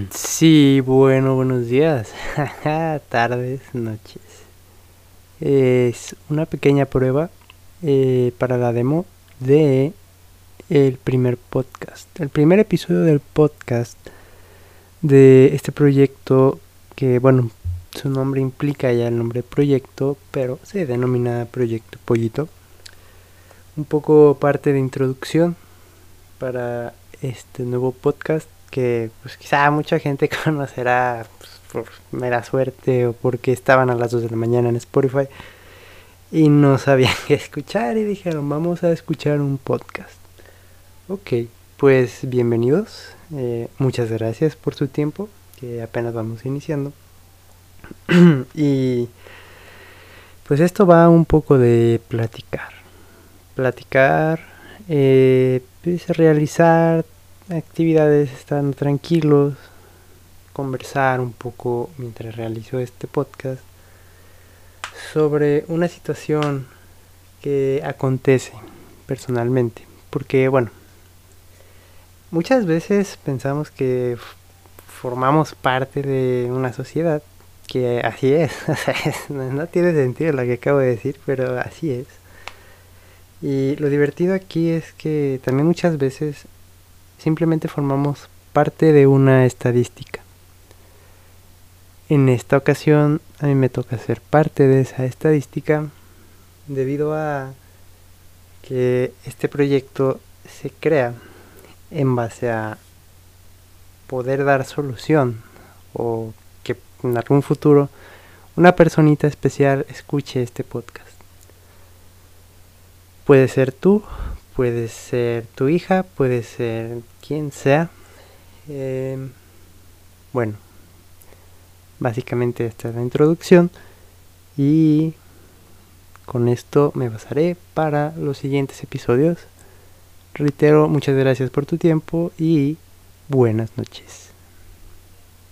Sí, bueno, buenos días, tardes, noches. Es una pequeña prueba para la demo de el primer podcast, el primer episodio del podcast de este proyecto que, bueno, su nombre implica ya el nombre proyecto, pero se denomina Proyecto Pollito. Un poco parte de introducción para este nuevo podcast que pues quizá mucha gente conocerá pues, por mera suerte o porque estaban a las 2 de la mañana en Spotify y no sabían qué escuchar y dijeron vamos a escuchar un podcast. Ok, pues bienvenidos, muchas gracias por su tiempo, que apenas vamos iniciando. Y pues esto va un poco de platicar, pues realizar actividades estando tranquilos, conversar un poco mientras realizo este podcast sobre una situación que acontece personalmente. Porque bueno, muchas veces pensamos que formamos parte de una sociedad, que así es, o sea, no tiene sentido lo que acabo de decir, pero así es. Y lo divertido aquí es que también muchas veces simplemente formamos parte de una estadística. En esta ocasión a mí me toca ser parte de esa estadística debido a que este proyecto se crea en base a poder dar solución o que en algún futuro una personita especial escuche este podcast. Puede ser tú, puede ser tu hija, puede ser quien sea. Eh, bueno, básicamente esta es la introducción y con esto me basaré para los siguientes episodios. Reitero, muchas gracias por tu tiempo y buenas noches.